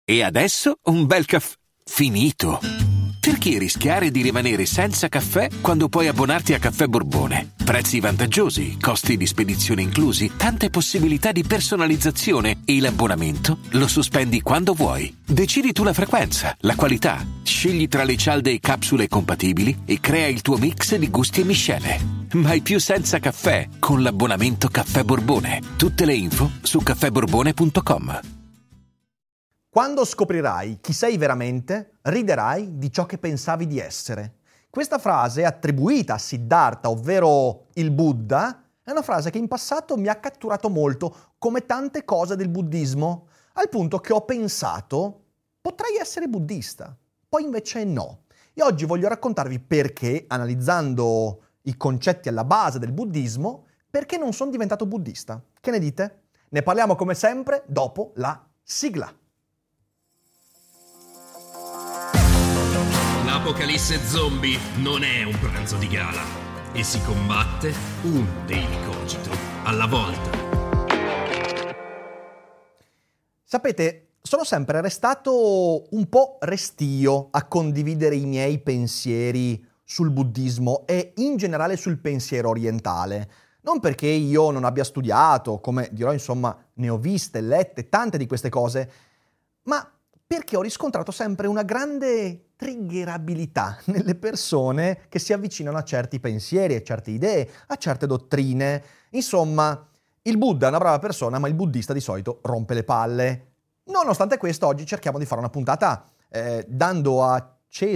E adesso un bel caffè finito. Perché rischiare di rimanere senza caffè quando puoi abbonarti a Caffè Borbone? Prezzi vantaggiosi, costi di spedizione inclusi, tante possibilità di personalizzazione e l'abbonamento lo sospendi quando vuoi. Decidi tu la frequenza, la qualità, scegli tra le cialde e capsule compatibili e crea il tuo mix di gusti e miscele. Mai più senza caffè con l'abbonamento Caffè Borbone. Tutte le info su caffèborbone.com. Quando scoprirai chi sei veramente, riderai di ciò che pensavi di essere. Questa frase, attribuita a Siddhartha, ovvero il Buddha, è una frase che in passato mi ha catturato molto, come tante cose del buddismo, al punto che ho pensato, potrei essere buddista, poi invece no. E oggi voglio raccontarvi perché, analizzando i concetti alla base del buddismo, perché non sono diventato buddista. Che ne dite? Ne parliamo come sempre dopo la sigla. L'apocalisse zombie non è un pranzo di gala e si combatte un daily cogito alla volta. Sapete, sono sempre restato un po' restio a condividere i miei pensieri sul buddismo e in generale sul pensiero orientale. Non perché io non abbia studiato, come dirò, insomma, ne ho viste, lette, tante di queste cose, ma perché ho riscontrato sempre una grande triggerabilità nelle persone che si avvicinano a certi pensieri, a certe idee, a certe dottrine. Insomma, il Buddha è una brava persona, ma il buddista di solito rompe le palle. Nonostante questo, oggi cerchiamo di fare una puntata dando a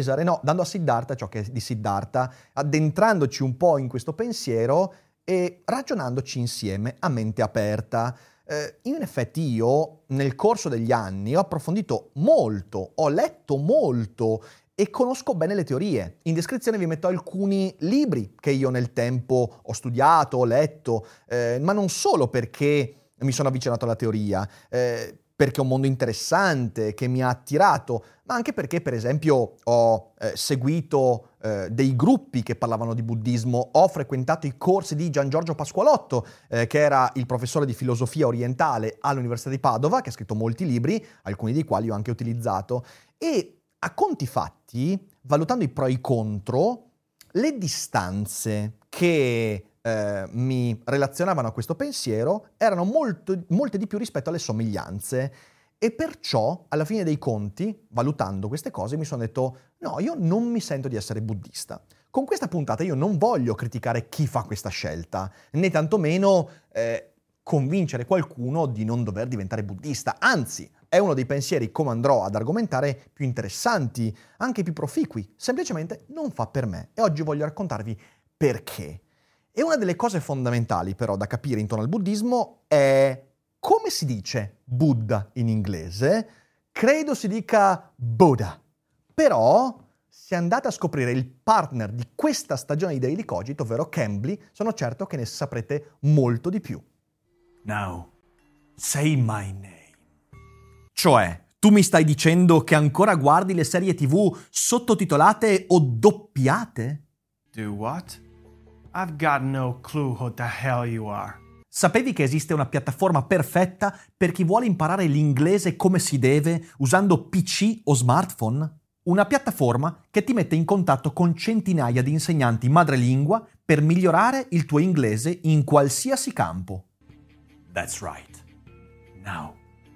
Siddhartha ciò che è di Siddhartha, addentrandoci un po' in questo pensiero e ragionandoci insieme a mente aperta. In effetti io nel corso degli anni ho approfondito molto, ho letto molto e conosco bene le teorie. In descrizione vi metto alcuni libri che io nel tempo ho studiato, ho letto, ma non solo perché mi sono avvicinato alla teoria, perché è un mondo interessante che mi ha attirato, ma anche perché, per esempio, ho seguito dei gruppi che parlavano di buddismo, ho frequentato i corsi di Gian Giorgio Pasqualotto, che era il professore di filosofia orientale all'Università di Padova, che ha scritto molti libri, alcuni dei quali ho anche utilizzato, e a conti fatti, valutando i pro e i contro, le distanze che mi relazionavano a questo pensiero erano molte di più rispetto alle somiglianze e perciò alla fine dei conti, valutando queste cose, mi sono detto no, io non mi sento di essere buddista. Con questa puntata io non voglio criticare chi fa questa scelta, né tantomeno convincere qualcuno di non dover diventare buddista, anzi è uno dei pensieri, come andrò ad argomentare, più interessanti, anche più proficui, semplicemente non fa per me e oggi voglio raccontarvi perché. E una delle cose fondamentali però da capire intorno al buddismo è come si dice Buddha in inglese. Credo si dica Buddha. Però, se andate a scoprire il partner di questa stagione di Daily Cogito, ovvero Cambly, sono certo che ne saprete molto di più. Now, say my name. Cioè, tu mi stai dicendo che ancora guardi le serie TV sottotitolate o doppiate? Do what? I've got no clue who the hell you are. Sapevi che esiste una piattaforma perfetta per chi vuole imparare l'inglese come si deve usando PC o smartphone? Una piattaforma che ti mette in contatto con centinaia di insegnanti madrelingua per migliorare il tuo inglese in qualsiasi campo. That's right. Now,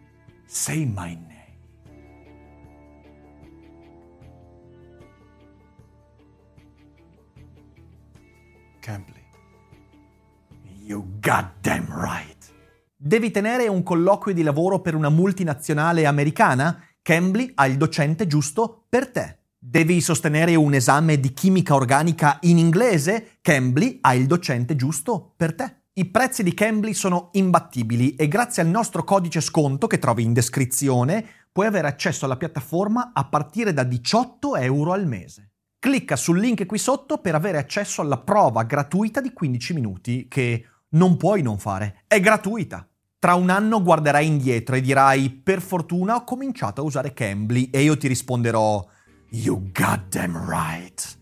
say my name. Cambly. You goddamn right. Devi tenere un colloquio di lavoro per una multinazionale americana? Cambly ha il docente giusto per te. Devi sostenere un esame di chimica organica in inglese? Cambly ha il docente giusto per te. I prezzi di Cambly sono imbattibili e grazie al nostro codice sconto che trovi in descrizione puoi avere accesso alla piattaforma a partire da 18 euro al mese. Clicca sul link qui sotto per avere accesso alla prova gratuita di 15 minuti che non puoi non fare. È gratuita. Tra un anno guarderai indietro e dirai per fortuna ho cominciato a usare Cambly e io ti risponderò You goddamn right.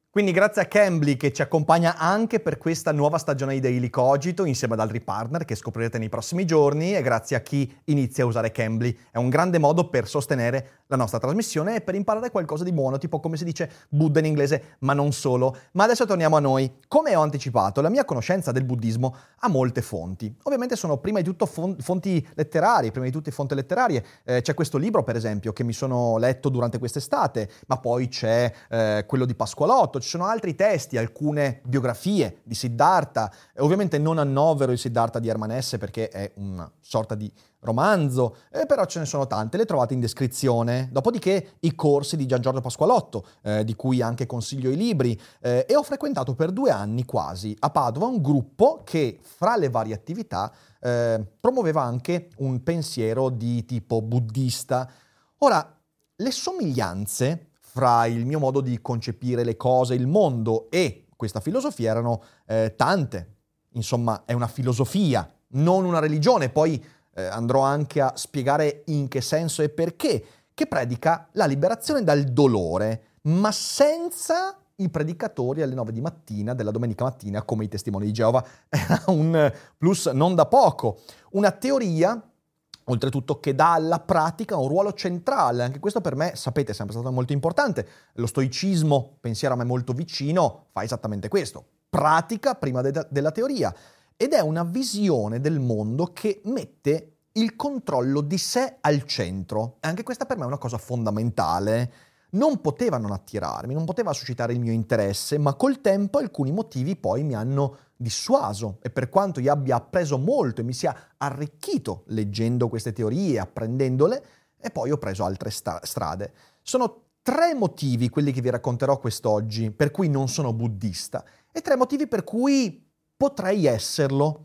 Quindi grazie a Cambly che ci accompagna anche per questa nuova stagione di Daily Cogito insieme ad altri partner che scoprirete nei prossimi giorni, e grazie a chi inizia a usare Cambly. È un grande modo per sostenere la nostra trasmissione e per imparare qualcosa di buono, tipo come si dice Buddha in inglese, ma non solo. Ma adesso torniamo a noi. Come ho anticipato, la mia conoscenza del buddismo ha molte fonti. Ovviamente sono prima di tutto fonti letterarie, prima di tutte fonti letterarie. C'è questo libro, per esempio, che mi sono letto durante quest'estate, ma poi c'è quello di Pasqualotto. Ci sono altri testi, alcune biografie di Siddhartha. Ovviamente non annovero il Siddhartha di Hermann Hesse perché è una sorta di romanzo, però ce ne sono tante, le trovate in descrizione. Dopodiché i corsi di Gian Giorgio Pasqualotto, di cui anche consiglio i libri, e ho frequentato per 2 anni quasi a Padova un gruppo che fra le varie attività promuoveva anche un pensiero di tipo buddista. Ora, le somiglianze fra il mio modo di concepire le cose, il mondo e questa filosofia erano tante. Insomma, è una filosofia, non una religione. Poi andrò anche a spiegare in che senso e perché, che predica la liberazione dal dolore, ma senza i predicatori alle 9 di mattina della domenica mattina come i testimoni di Geova. Era un plus non da poco. Una teoria, oltretutto, che dà alla pratica un ruolo centrale. Anche questo per me, sapete, è sempre stato molto importante. Lo stoicismo, pensiero a me molto vicino, fa esattamente questo. Pratica prima della teoria. Ed è una visione del mondo che mette il controllo di sé al centro. E anche questa per me è una cosa fondamentale. Non poteva non attirarmi, non poteva suscitare il mio interesse, ma col tempo alcuni motivi poi mi hanno dissuaso. E per quanto io abbia appreso molto e mi sia arricchito leggendo queste teorie, apprendendole, e poi ho preso altre strade. Sono 3 motivi quelli che vi racconterò quest'oggi, per cui non sono buddista, e 3 motivi per cui potrei esserlo.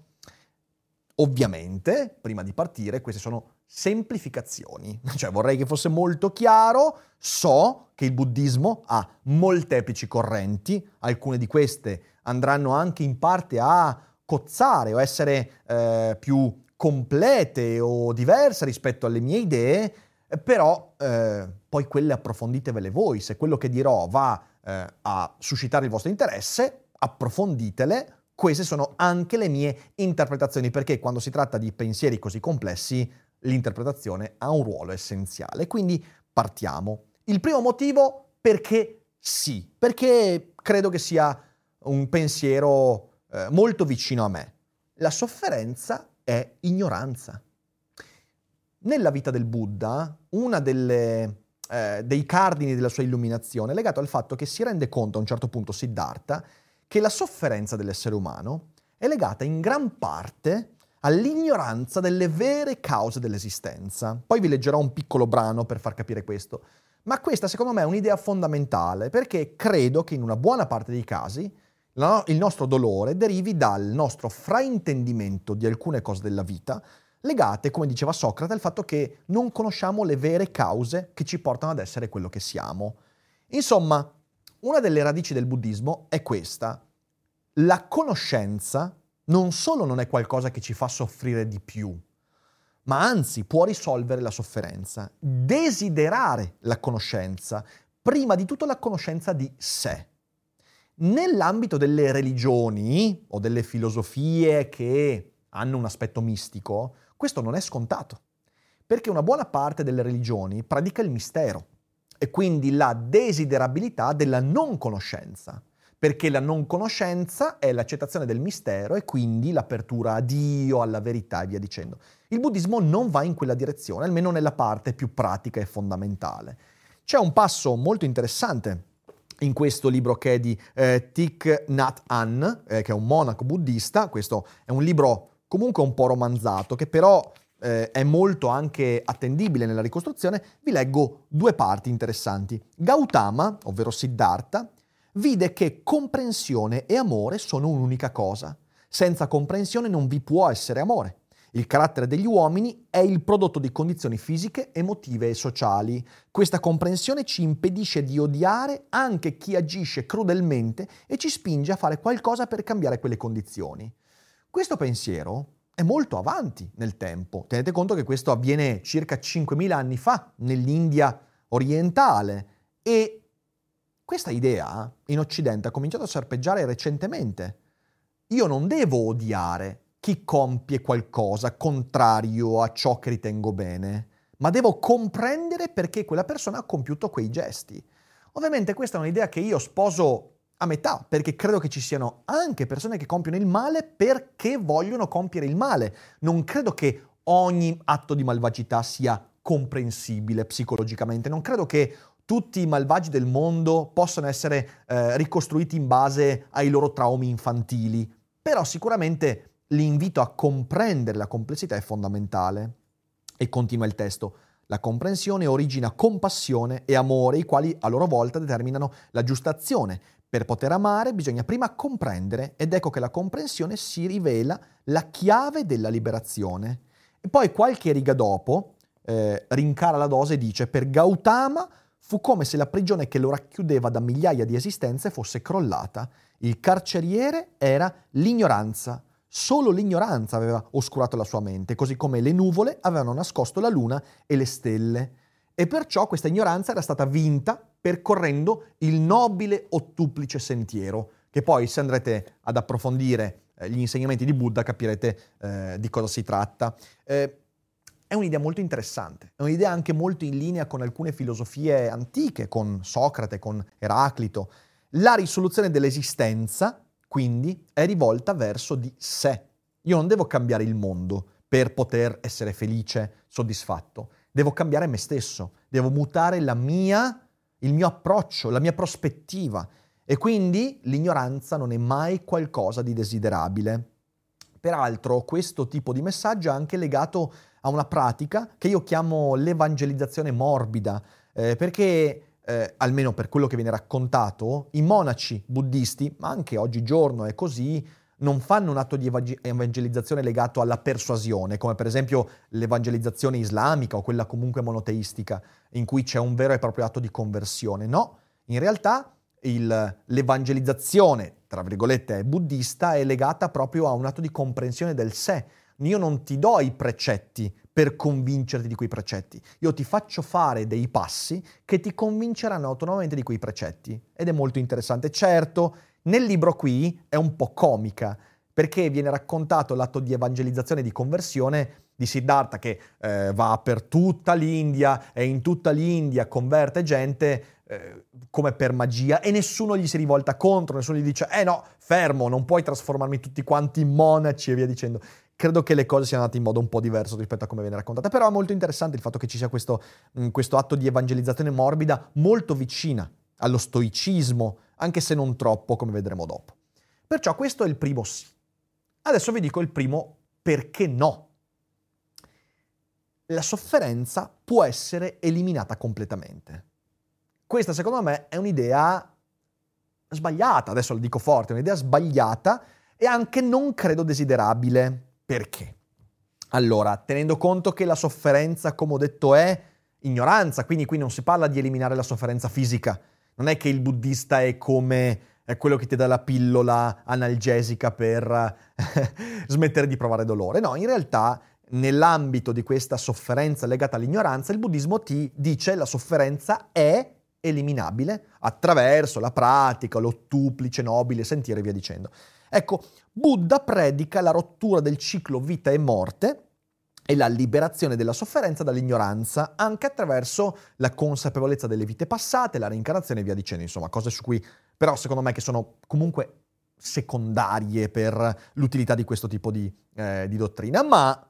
Ovviamente, prima di partire, queste sono semplificazioni. Cioè, vorrei che fosse molto chiaro. So che il buddismo ha molteplici correnti, alcune di queste andranno anche in parte a cozzare o essere più complete o diverse rispetto alle mie idee, però poi quelle approfonditevele voi. Se quello che dirò va a suscitare il vostro interesse, approfonditele. Queste sono anche le mie interpretazioni, perché quando si tratta di pensieri così complessi, l'interpretazione ha un ruolo essenziale. Quindi partiamo. Il primo motivo, perché sì, perché credo che sia un pensiero molto vicino a me. La sofferenza è ignoranza. Nella vita del Buddha, una dei cardini della sua illuminazione è legato al fatto che si rende conto a un certo punto Siddhartha che la sofferenza dell'essere umano è legata in gran parte all'ignoranza delle vere cause dell'esistenza. Poi vi leggerò un piccolo brano per far capire questo. Ma questa, secondo me, è un'idea fondamentale, perché credo che in una buona parte dei casi il nostro dolore derivi dal nostro fraintendimento di alcune cose della vita, legate, come diceva Socrate, al fatto che non conosciamo le vere cause che ci portano ad essere quello che siamo. Insomma, una delle radici del buddismo è questa. La conoscenza non solo non è qualcosa che ci fa soffrire di più, ma anzi può risolvere la sofferenza. Desiderare la conoscenza, prima di tutto la conoscenza di sé. Nell'ambito delle religioni o delle filosofie che hanno un aspetto mistico, questo non è scontato, perché una buona parte delle religioni predica il mistero e quindi la desiderabilità della non conoscenza, perché la non conoscenza è l'accettazione del mistero e quindi l'apertura a Dio, alla verità e via dicendo. Il buddismo non va in quella direzione, almeno nella parte più pratica e fondamentale. C'è un passo molto interessante in questo libro che è di Thich Nhat Hanh, che è un monaco buddista. Questo è un libro comunque un po' romanzato, che però è molto anche attendibile nella ricostruzione. Vi leggo 2 parti interessanti. Gautama, ovvero Siddhartha, vide che comprensione e amore sono un'unica cosa. Senza comprensione non vi può essere amore. Il carattere degli uomini è il prodotto di condizioni fisiche, emotive e sociali. Questa comprensione ci impedisce di odiare anche chi agisce crudelmente e ci spinge a fare qualcosa per cambiare quelle condizioni. Questo pensiero è molto avanti nel tempo. Tenete conto che questo avviene circa 5.000 anni fa nell'India orientale e questa idea in Occidente ha cominciato a serpeggiare recentemente. Io non devo odiare chi compie qualcosa contrario a ciò che ritengo bene, ma devo comprendere perché quella persona ha compiuto quei gesti. Ovviamente questa è un'idea che io sposo a metà, perché credo che ci siano anche persone che compiono il male perché vogliono compiere il male. Non credo che ogni atto di malvagità sia comprensibile psicologicamente. Non credo che tutti i malvagi del mondo possano essere ricostruiti in base ai loro traumi infantili, però sicuramente l'invito a comprendere la complessità è fondamentale. E continua il testo. La comprensione origina compassione e amore, i quali a loro volta determinano la giusta azione. Per poter amare bisogna prima comprendere, ed ecco che la comprensione si rivela la chiave della liberazione. E poi qualche riga dopo rincara la dose e dice: per Gautama fu come se la prigione che lo racchiudeva da migliaia di esistenze fosse crollata. Il carceriere era l'ignoranza. Solo l'ignoranza aveva oscurato la sua mente, così come le nuvole avevano nascosto la luna e le stelle. E perciò questa ignoranza era stata vinta percorrendo il nobile ottuplice sentiero, che poi, se andrete ad approfondire gli insegnamenti di Buddha, capirete di cosa si tratta. È un'idea molto interessante, è un'idea anche molto in linea con alcune filosofie antiche, con Socrate, con Eraclito. La risoluzione dell'esistenza, quindi, è rivolta verso di sé. Io non devo cambiare il mondo per poter essere felice, soddisfatto. Devo cambiare me stesso, devo mutare il mio approccio, la mia prospettiva. E quindi l'ignoranza non è mai qualcosa di desiderabile. Peraltro, questo tipo di messaggio è anche legato a una pratica che io chiamo l'evangelizzazione morbida, perché almeno per quello che viene raccontato, i monaci buddisti, ma anche oggigiorno è così, non fanno un atto di evangelizzazione legato alla persuasione, come per esempio l'evangelizzazione islamica o quella comunque monoteistica, in cui c'è un vero e proprio atto di conversione. No, in realtà l'evangelizzazione, tra virgolette, buddista è legata proprio a un atto di comprensione del sé. Io non ti do i precetti per convincerti di quei precetti. Io ti faccio fare dei passi che ti convinceranno autonomamente di quei precetti. Ed è molto interessante. Certo, nel libro qui è un po' comica, perché viene raccontato l'atto di evangelizzazione e di conversione di Siddhartha, che va per tutta l'India e in tutta l'India converte gente come per magia, e nessuno gli si rivolta contro, nessuno gli dice no, fermo, non puoi trasformarmi tutti quanti in monaci e via dicendo. Credo che le cose siano andate in modo un po' diverso rispetto a come viene raccontata, però è molto interessante il fatto che ci sia questo atto di evangelizzazione morbida molto vicina allo stoicismo, anche se non troppo, come vedremo dopo. Perciò questo è il primo sì. Adesso vi dico il primo perché no. La sofferenza può essere eliminata completamente. Questa, secondo me, è un'idea sbagliata, adesso lo dico forte, è un'idea sbagliata e anche non credo desiderabile. Perché? Allora, tenendo conto che la sofferenza, come ho detto, è ignoranza, quindi qui non si parla di eliminare la sofferenza fisica. Non è che il buddista è come quello che ti dà la pillola analgesica per smettere di provare dolore. No, in realtà, nell'ambito di questa sofferenza legata all'ignoranza, il buddismo ti dice che la sofferenza è eliminabile attraverso la pratica, l'ottuplice nobile sentiero e via dicendo. Ecco, Buddha predica la rottura del ciclo vita e morte e la liberazione della sofferenza dall'ignoranza, anche attraverso la consapevolezza delle vite passate, la reincarnazione e via dicendo, insomma, cose su cui però secondo me che sono comunque secondarie per l'utilità di questo tipo di dottrina, ma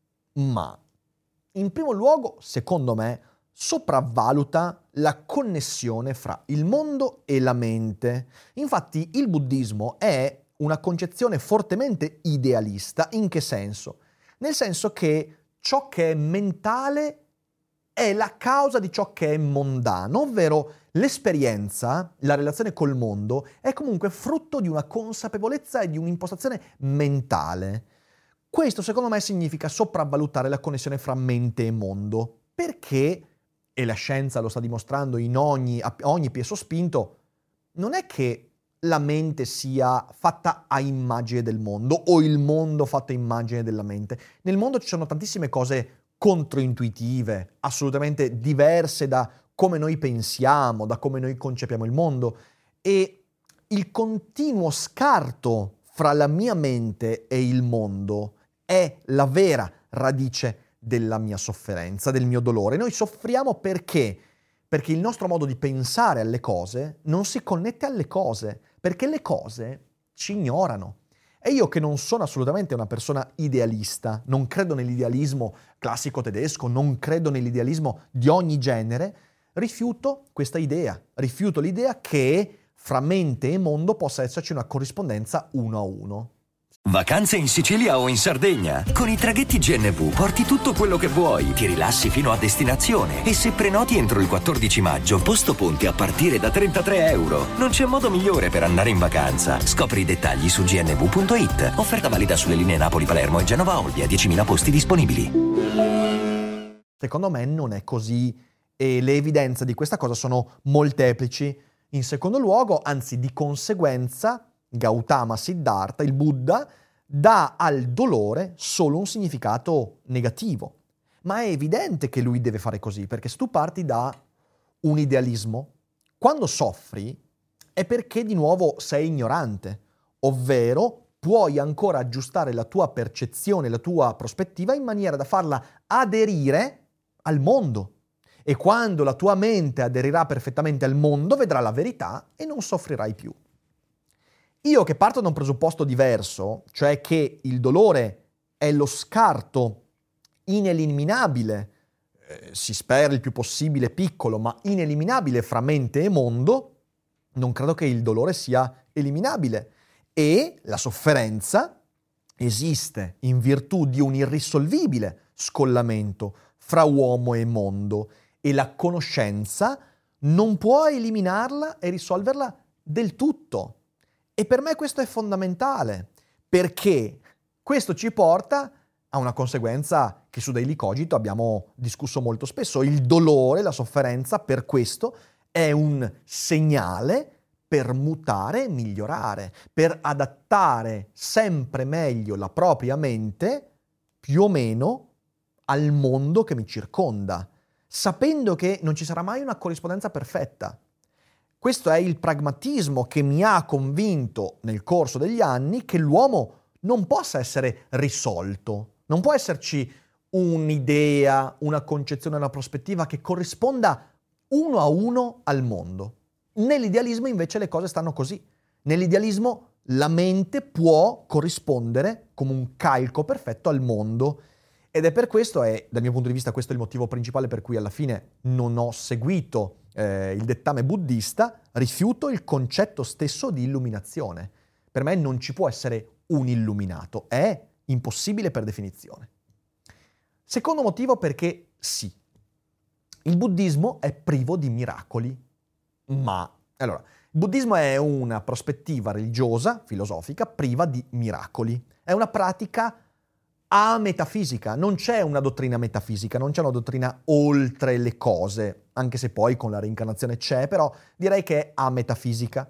in primo luogo, secondo me, sopravvaluta la connessione fra il mondo e la mente. Infatti il buddismo è una concezione fortemente idealista. In che senso? Nel senso che ciò che è mentale è la causa di ciò che è mondano, ovvero l'esperienza, la relazione col mondo, è comunque frutto di una consapevolezza e di un'impostazione mentale. Questo, secondo me, significa sopravvalutare la connessione fra mente e mondo, perché, e la scienza lo sta dimostrando a ogni piè sospinto, non è che la mente sia fatta a immagine del mondo o il mondo fatto a immagine della mente. Nel mondo ci sono tantissime cose controintuitive, assolutamente diverse da come noi pensiamo, da come noi concepiamo il mondo, e il continuo scarto fra la mia mente e il mondo è la vera radice della mia sofferenza, del mio dolore. Noi soffriamo perché? Perché il nostro modo di pensare alle cose non si connette alle cose, perché le cose ci ignorano. E io, che non sono assolutamente una persona idealista, non credo nell'idealismo classico tedesco, non credo nell'idealismo di ogni genere, rifiuto questa idea, rifiuto l'idea che fra mente e mondo possa esserci una corrispondenza 1-1. Vacanze in Sicilia o in Sardegna? Con i traghetti GNV porti tutto quello che vuoi, ti rilassi fino a destinazione e se prenoti entro il 14 maggio, posto ponti a partire da €33. Non c'è modo migliore per andare in vacanza. Scopri i dettagli su gnv.it. Offerta valida sulle linee Napoli-Palermo e Genova-Olbia, 10.000 posti disponibili. Secondo me non è così e le evidenze di questa cosa sono molteplici. In secondo luogo, anzi di conseguenza, Gautama Siddhartha, il Buddha, dà al dolore solo un significato negativo. Ma è evidente che lui deve fare così, perché se tu parti da un idealismo, quando soffri è perché di nuovo sei ignorante, ovvero puoi ancora aggiustare la tua percezione, la tua prospettiva in maniera da farla aderire al mondo. E quando la tua mente aderirà perfettamente al mondo, vedrà la verità e non soffrirai più. Io, che parto da un presupposto diverso, cioè che il dolore è lo scarto ineliminabile, si spera il più possibile piccolo, ma ineliminabile fra mente e mondo, non credo che il dolore sia eliminabile. E la sofferenza esiste in virtù di un irrisolvibile scollamento fra uomo e mondo, e la conoscenza non può eliminarla e risolverla del tutto. E per me questo è fondamentale, perché questo ci porta a una conseguenza che su Daily Cogito abbiamo discusso molto spesso. Il dolore, la sofferenza, per questo è un segnale per mutare e migliorare, per adattare sempre meglio la propria mente più o meno al mondo che mi circonda, sapendo che non ci sarà mai una corrispondenza perfetta. Questo è il pragmatismo che mi ha convinto nel corso degli anni che l'uomo non possa essere risolto, non può esserci un'idea, una concezione, una prospettiva che corrisponda 1-1 al mondo. Nell'idealismo invece le cose stanno così. Nell'idealismo la mente può corrispondere come un calco perfetto al mondo. Ed è per questo, e dal mio punto di vista questo è il motivo principale per cui alla fine non ho seguito il dettame buddista, rifiuto il concetto stesso di illuminazione. Per me non ci può essere un illuminato, è impossibile per definizione. Secondo motivo, perché sì, il buddismo è privo di miracoli, ma allora, il buddismo è una prospettiva religiosa, filosofica, priva di miracoli. È una pratica ametafisica, non c'è una dottrina metafisica, non c'è una dottrina oltre le cose, anche se poi con la reincarnazione c'è, però direi che è ametafisica.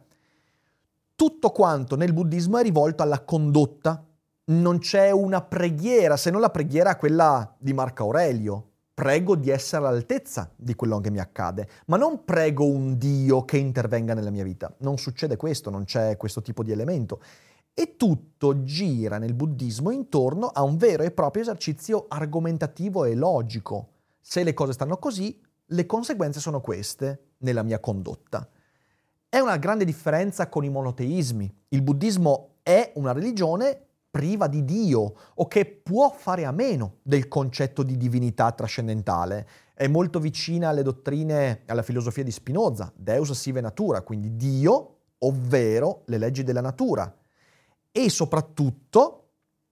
Tutto quanto nel buddismo è rivolto alla condotta, non c'è una preghiera, se non la preghiera quella di Marco Aurelio. Prego di essere all'altezza di quello che mi accade, ma non prego un Dio che intervenga nella mia vita. Non succede questo, non c'è questo tipo di elemento. E tutto gira nel buddismo intorno a un vero e proprio esercizio argomentativo e logico. Se le cose stanno così, le conseguenze sono queste nella mia condotta. È una grande differenza con i monoteismi. Il buddismo è una religione priva di Dio o che può fare a meno del concetto di divinità trascendentale. È molto vicina alle dottrine, alla filosofia di Spinoza, Deus sive natura, quindi Dio, ovvero le leggi della natura. E soprattutto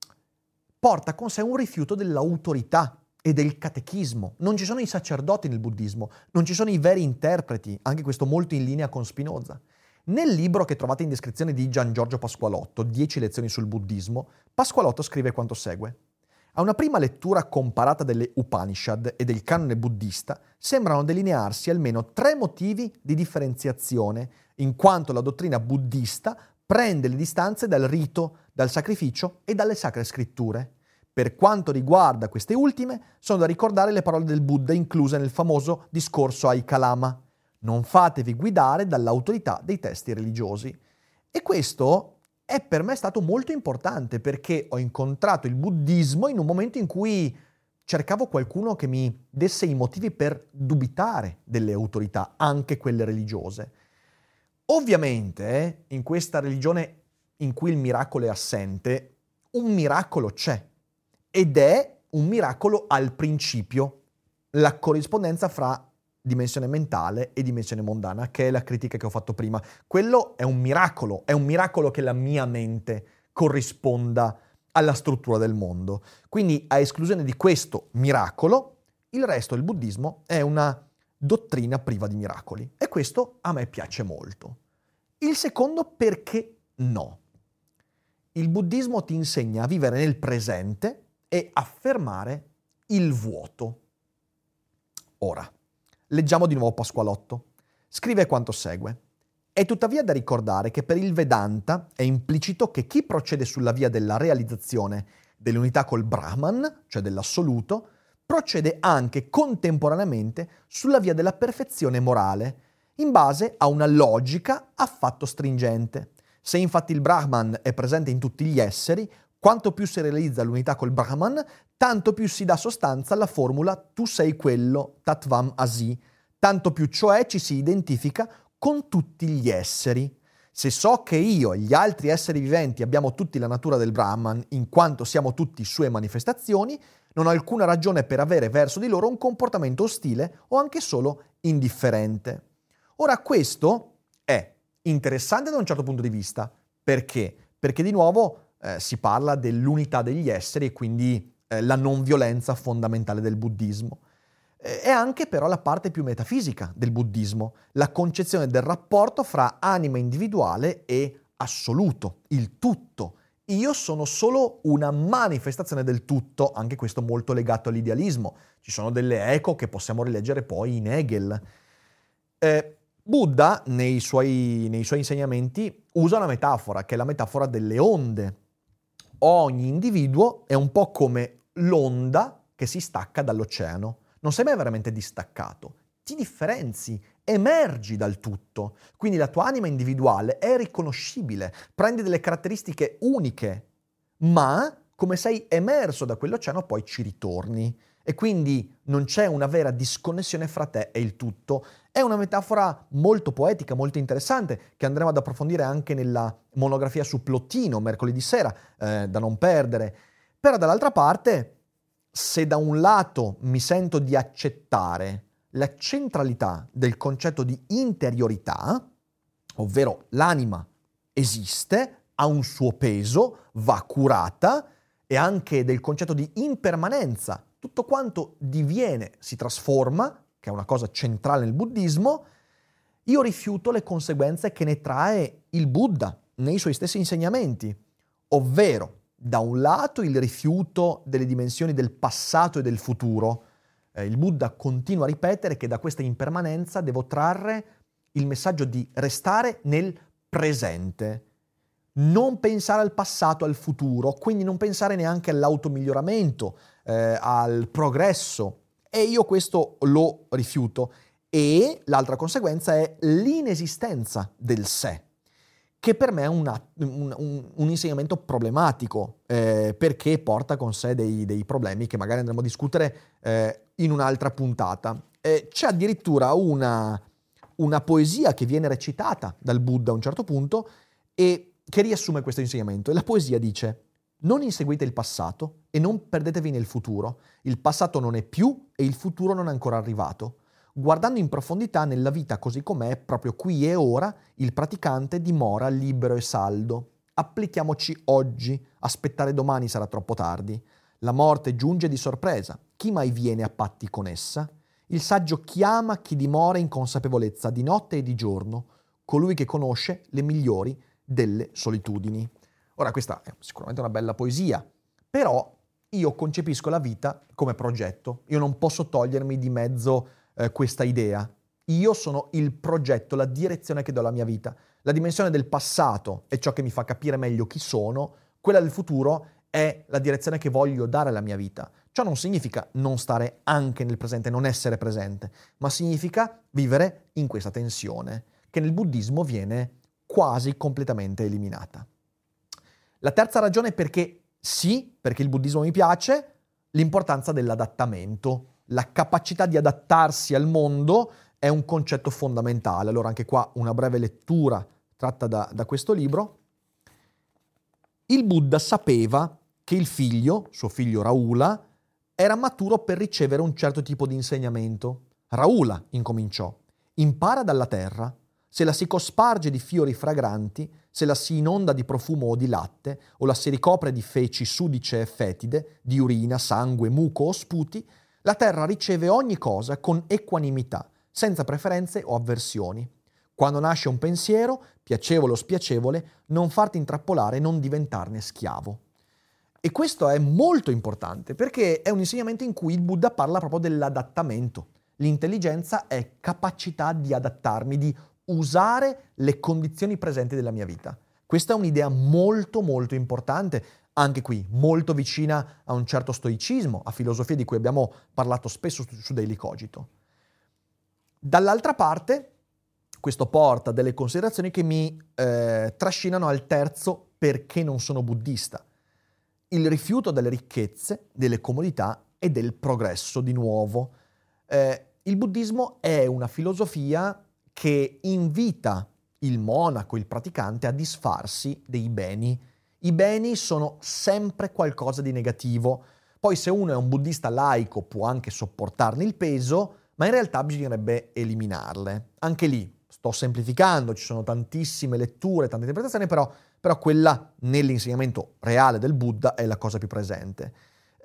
porta con sé un rifiuto dell'autorità e del catechismo. Non ci sono i sacerdoti nel buddismo, non ci sono i veri interpreti, anche questo molto in linea con Spinoza. Nel libro che trovate in descrizione di Gian Giorgio Pasqualotto, 10 lezioni sul buddismo, Pasqualotto scrive quanto segue. A una prima lettura comparata delle Upanishad e del canone buddista sembrano delinearsi almeno 3 motivi di differenziazione, in quanto la dottrina buddista prende le distanze dal rito, dal sacrificio e dalle sacre scritture. Per quanto riguarda queste ultime, sono da ricordare le parole del Buddha incluse nel famoso discorso ai Kalama. Non fatevi guidare dall'autorità dei testi religiosi. E questo è per me stato molto importante perché ho incontrato il buddismo in un momento in cui cercavo qualcuno che mi desse i motivi per dubitare delle autorità, anche quelle religiose. Ovviamente, in questa religione in cui il miracolo è assente, un miracolo c'è. Ed è un miracolo al principio, la corrispondenza fra dimensione mentale e dimensione mondana, che è la critica che ho fatto prima. Quello è un miracolo che la mia mente corrisponda alla struttura del mondo. Quindi, a esclusione di questo miracolo, il resto del buddismo è una dottrina priva di miracoli. E questo a me piace molto. Il secondo, perché no? Il buddismo ti insegna a vivere nel presente e affermare il vuoto. Ora, leggiamo di nuovo Pasqualotto. Scrive quanto segue. È tuttavia da ricordare che per il Vedanta è implicito che chi procede sulla via della realizzazione dell'unità col Brahman, cioè dell'assoluto, procede anche contemporaneamente sulla via della perfezione morale, in base a una logica affatto stringente. Se infatti il Brahman è presente in tutti gli esseri, quanto più si realizza l'unità col Brahman, tanto più si dà sostanza alla formula tu sei quello, Tattvam Asi, tanto più cioè ci si identifica con tutti gli esseri. Se so che io e gli altri esseri viventi abbiamo tutti la natura del Brahman, in quanto siamo tutti sue manifestazioni, non ho alcuna ragione per avere verso di loro un comportamento ostile o anche solo indifferente. Ora questo è interessante da un certo punto di vista. Perché? Perché di nuovo si parla dell'unità degli esseri e quindi la non violenza fondamentale del buddismo. È anche però la parte più metafisica del buddismo, la concezione del rapporto fra anima individuale e assoluto, il tutto. Io sono solo una manifestazione del tutto, anche questo molto legato all'idealismo. Ci sono delle eco che possiamo rileggere poi in Hegel. Buddha, nei suoi insegnamenti, usa una metafora, che è la metafora delle onde. Ogni individuo è un po' come l'onda che si stacca dall'oceano. Non sei mai veramente distaccato, ti differenzi, emergi dal tutto. Quindi la tua anima individuale è riconoscibile, prendi delle caratteristiche uniche, ma come sei emerso da quell'oceano poi ci ritorni. E quindi non c'è una vera disconnessione fra te e il tutto. È una metafora molto poetica, molto interessante, che andremo ad approfondire anche nella monografia su Plotino, mercoledì sera, da non perdere. Però dall'altra parte, se da un lato mi sento di accettare la centralità del concetto di interiorità, ovvero l'anima esiste, ha un suo peso, va curata, e anche del concetto di impermanenza, tutto quanto diviene, si trasforma, che è una cosa centrale nel buddismo, io rifiuto le conseguenze che ne trae il Buddha nei suoi stessi insegnamenti, ovvero da un lato il rifiuto delle dimensioni del passato e del futuro. Il Buddha continua a ripetere che da questa impermanenza devo trarre il messaggio di restare nel presente, non pensare al passato, al futuro, quindi non pensare neanche all'automiglioramento, al progresso. E io questo lo rifiuto. E l'altra conseguenza è l'inesistenza del sé, che per me è un insegnamento problematico, perché porta con sé dei problemi che magari andremo a discutere in un'altra puntata. C'è addirittura una poesia che viene recitata dal Buddha a un certo punto e che riassume questo insegnamento. E la poesia dice: non inseguite il passato e non perdetevi nel futuro. Il passato non è più e il futuro non è ancora arrivato. Guardando in profondità nella vita così com'è, proprio qui e ora, il praticante dimora libero e saldo. Applichiamoci oggi, aspettare domani sarà troppo tardi. La morte giunge di sorpresa, chi mai viene a patti con essa? Il saggio chiama chi dimora in consapevolezza di notte e di giorno, colui che conosce le migliori delle solitudini. Ora questa è sicuramente una bella poesia, però io concepisco la vita come progetto, io non posso togliermi di mezzo questa idea. Io sono il progetto, la direzione che do alla mia vita. La dimensione del passato è ciò che mi fa capire meglio chi sono, quella del futuro è la direzione che voglio dare alla mia vita. Ciò non significa non stare anche nel presente, non essere presente, ma significa vivere in questa tensione, che nel buddismo viene quasi completamente eliminata. La terza ragione è perché il buddismo mi piace, l'importanza dell'adattamento, la capacità di adattarsi al mondo è un concetto fondamentale. Allora anche qua una breve lettura tratta da questo libro. Il Buddha sapeva che il figlio, suo figlio Rahula, era maturo per ricevere un certo tipo di insegnamento. Rahula incominciò: impara dalla terra, se la si cosparge di fiori fragranti, se la si inonda di profumo o di latte, o la si ricopre di feci sudice e fetide, di urina, sangue, muco o sputi, la terra riceve ogni cosa con equanimità, senza preferenze o avversioni. Quando nasce un pensiero, piacevole o spiacevole, non farti intrappolare e non diventarne schiavo. E questo è molto importante perché è un insegnamento in cui il Buddha parla proprio dell'adattamento. L'intelligenza è capacità di adattarmi, di usare le condizioni presenti della mia vita. Questa è un'idea molto molto importante, anche qui molto vicina a un certo stoicismo, a filosofie di cui abbiamo parlato spesso su Daily Cogito. Dall'altra parte, questo porta a delle considerazioni che mi trascinano al terzo perché non sono buddista. Il rifiuto delle ricchezze, delle comodità e del progresso di nuovo. Il buddismo è una filosofia che invita il monaco, il praticante, a disfarsi dei beni. I beni sono sempre qualcosa di negativo. Poi se uno è un buddista laico può anche sopportarne il peso, ma in realtà bisognerebbe eliminarle. Anche lì, sto semplificando, ci sono tantissime letture, tante interpretazioni, però quella nell'insegnamento reale del Buddha è la cosa più presente.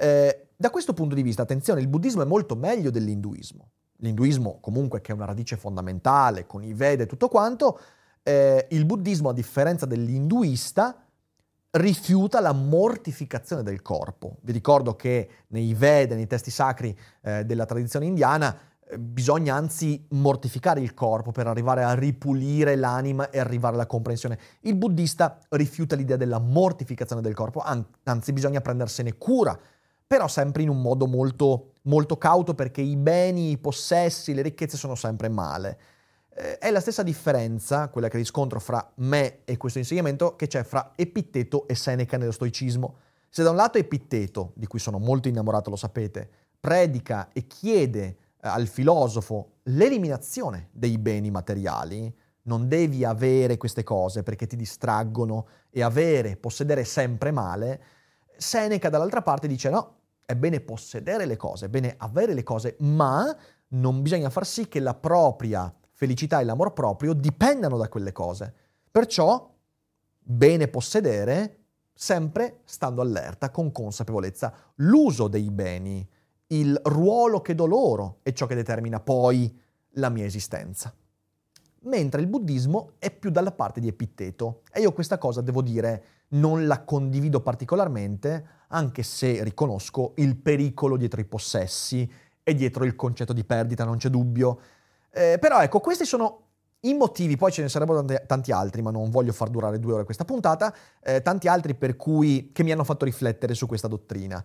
Da questo punto di vista, attenzione, il buddismo è molto meglio dell'induismo. L'induismo comunque, che è una radice fondamentale, con i Veda e tutto quanto, il buddismo, a differenza dell'induista, rifiuta la mortificazione del corpo. Vi ricordo che nei Veda, nei testi sacri della tradizione indiana, bisogna anzi mortificare il corpo per arrivare a ripulire l'anima e arrivare alla comprensione. Il buddista rifiuta l'idea della mortificazione del corpo, anzi bisogna prendersene cura, però sempre in un modo molto, molto cauto, perché i beni, i possessi, le ricchezze sono sempre male. È la stessa differenza, quella che riscontro fra me e questo insegnamento, che c'è fra Epitteto e Seneca nello stoicismo. Se da un lato Epitteto, di cui sono molto innamorato, lo sapete, predica e chiede al filosofo l'eliminazione dei beni materiali, non devi avere queste cose perché ti distraggono e possedere sempre male, Seneca dall'altra parte dice no, è bene possedere le cose, è bene avere le cose, ma non bisogna far sì che la propria felicità e l'amor proprio dipendano da quelle cose. Perciò, bene possedere, sempre stando allerta, con consapevolezza. L'uso dei beni, il ruolo che do loro è ciò che determina poi la mia esistenza. Mentre il buddismo è più dalla parte di Epitteto. E io questa cosa, devo dire, non la condivido particolarmente, anche se riconosco il pericolo dietro i possessi e dietro il concetto di perdita, non c'è dubbio. Però ecco, questi sono i motivi, poi ce ne sarebbero tanti altri, ma non voglio far durare 2 ore questa puntata, tanti altri che mi hanno fatto riflettere su questa dottrina.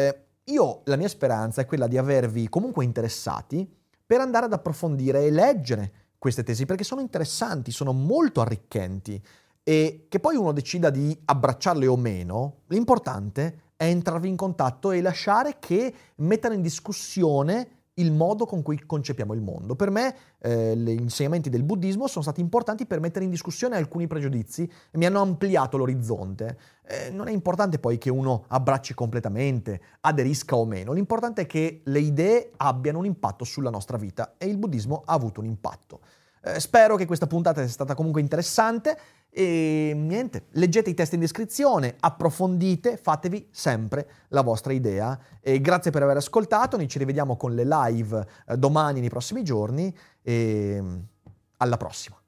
La mia speranza è quella di avervi comunque interessati per andare ad approfondire e leggere queste tesi, perché sono interessanti, sono molto arricchenti, e che poi uno decida di abbracciarle o meno, l'importante è entrarvi in contatto e lasciare che mettano in discussione il modo con cui concepiamo il mondo. Per me gli insegnamenti del buddismo sono stati importanti per mettere in discussione alcuni pregiudizi e mi hanno ampliato l'orizzonte. Non è importante poi che uno abbracci completamente, aderisca o meno, l'importante è che le idee abbiano un impatto sulla nostra vita, e il buddismo ha avuto un impatto. Spero che questa puntata sia stata comunque interessante e niente, leggete i testi in descrizione, approfondite, fatevi sempre la vostra idea, e grazie per aver ascoltato. Noi ci rivediamo con le live domani, nei prossimi giorni, e alla prossima.